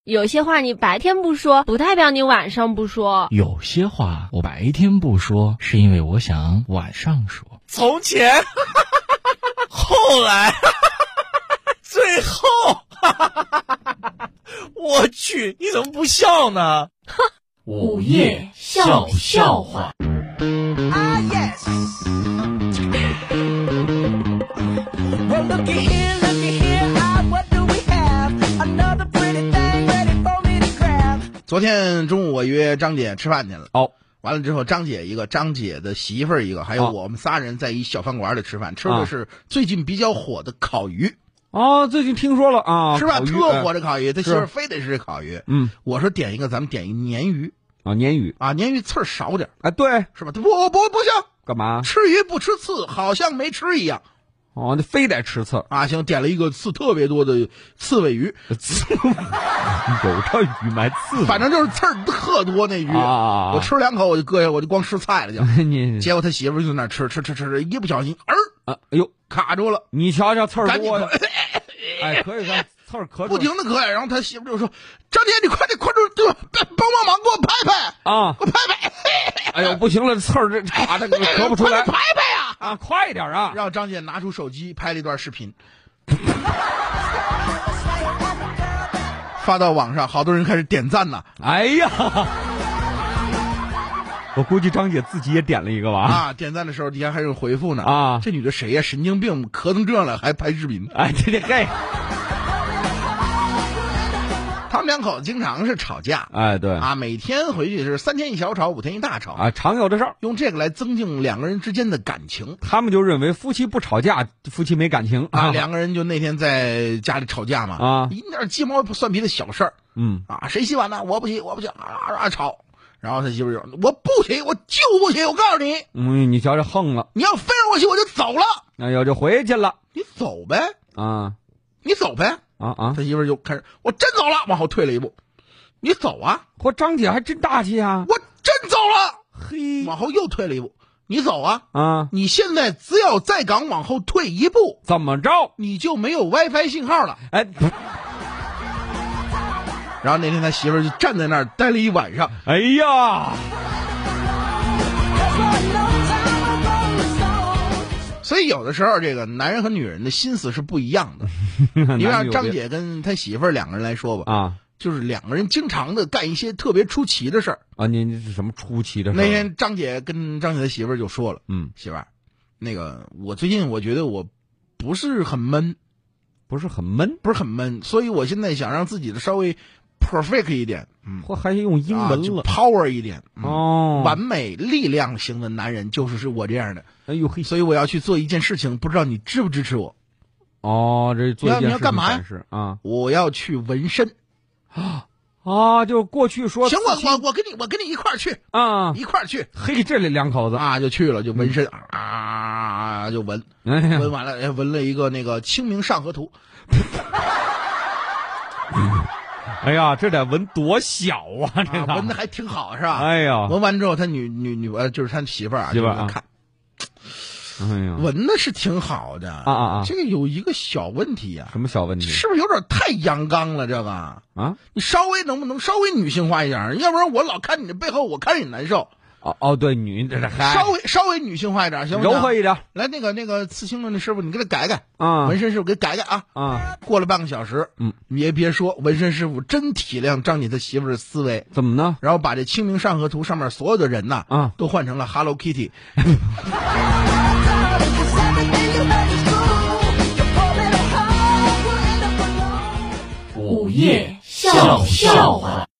有些话你白天不说，不代表你晚上不说。 有些话我白天不说，是因为我想晚上说。 从前，后来，最后，我去，你怎么不笑呢？ 午夜笑笑话。 昨天中午我约张姐吃饭去了。 哦， 完了之后，张姐一个，张姐的媳妇儿一个，还有我们仨人在一小饭馆里吃饭，吃的是最近比较火的烤鱼。 最近听说了啊， 是吧？特火的烤鱼，他媳妇儿非得吃烤鱼。我说点一个，咱们点一鲶鱼啊，鲶鱼啊， 鲶鱼刺儿少点。 哎，对， 是吧？不行， 干嘛？ 吃鱼不吃刺，好像没吃一样。 哦，那非得吃刺啊！行，点了一个刺特别多的刺尾鱼。 刺有这鱼吗？刺， 反正就是刺儿特多那鱼啊！ 我吃2口我就搁下，我就光吃菜了就。 你结果他媳妇就在那吃，一不小心哎呦卡住了。 你瞧瞧刺儿多呀！哎，可以看刺儿可不停的咳，然后他媳妇就说：“张姐，你快点，帮忙给我拍拍啊！ 我拍拍。” 哎呦，不行了，刺儿这卡的咳不出来， 快拍拍呀！ 啊，快点啊！ 让张姐拿出手机拍了一段视频，发到网上，好多人开始点赞呢。 哎呀，我估计张姐自己也点了一个吧？ 啊，点赞的时候底下还有回复呢。 啊，这女的谁呀？神经病，咳成这样了还拍视频？ 哎，这嘿。 他们2口子经常是吵架， 哎，对啊，每天回去是3天一小吵，5天一大吵啊，常有的事儿。 用这个来增进2个人之间的感情。 他们就认为夫妻不吵架，夫妻没感情啊。2个人就那天在家里吵架嘛， 啊， 一点鸡毛蒜皮的小事儿，谁洗碗呢？我不洗，吵。然后他媳妇就我不洗，我就不洗，我告诉你， 你瞧这横了， 你要非让我洗，我就走了。 哎呦，就回去了， 你走呗， 啊， 你走呗。他媳妇就开始，我真走了，往后退了一步。你走啊！ 我张姐还真大气啊！ 我真走了， 嘿， 往后又退了一步。你走啊！ 啊！ 你现在只要再敢往后退一步， 怎么着？ 你就没有 WiFi 信号了。 哎， 然后那天他媳妇就站在那儿待了一晚上。 哎呀！ 所以有的时候，这个男人和女人的心思是不一样的。你让张姐跟他媳妇儿2个人来说吧， 啊， 就是2个人经常的干一些特别出奇的事儿啊。你是什么出奇的事儿？ 那天张姐跟张姐的媳妇儿就说了，媳妇儿，那个我最近我觉得我不是很闷，所以我现在想让自己的稍微 perfect 一点， 或还用英文了 ，power 一点， 哦， 完美力量型的男人就是我这样的。 哎呦嘿， 所以我要去做一件事情，不知道你支不支持我？ 哦，这做一件事情你要干嘛呀？ 啊， 我要去纹身。 啊，就过去说行，我跟你一块儿去啊， 一块儿去。 嘿，这里2口子啊，就去了，就纹身啊，就纹，纹完了，纹了一个那个《清明上河图》。 哎呀，这得纹多小啊！这个纹的还挺好，是吧？ 哎呀， 纹完之后，他女就是他媳妇儿啊，看， 哎呀， 纹的是挺好的啊！ 这个有一个小问题呀， 什么小问题？ 是不是有点太阳刚了？这个啊，你稍微能不能稍微女性化一点？要不然我老看你的背后，我看着你难受。 哦，对，女这稍微女性化一点，行不行？ 柔和一点。 来，那个刺青的那师傅，你给他改改啊！ 纹身师傅给改改啊！ 啊！ 过了半个小时，你也别说，纹身师傅真体谅张姐他媳妇的思维。 怎么呢？ 然后把这《清明上河图》上面所有的人呐，都换成了 Hello Kitty。 午夜笑笑话。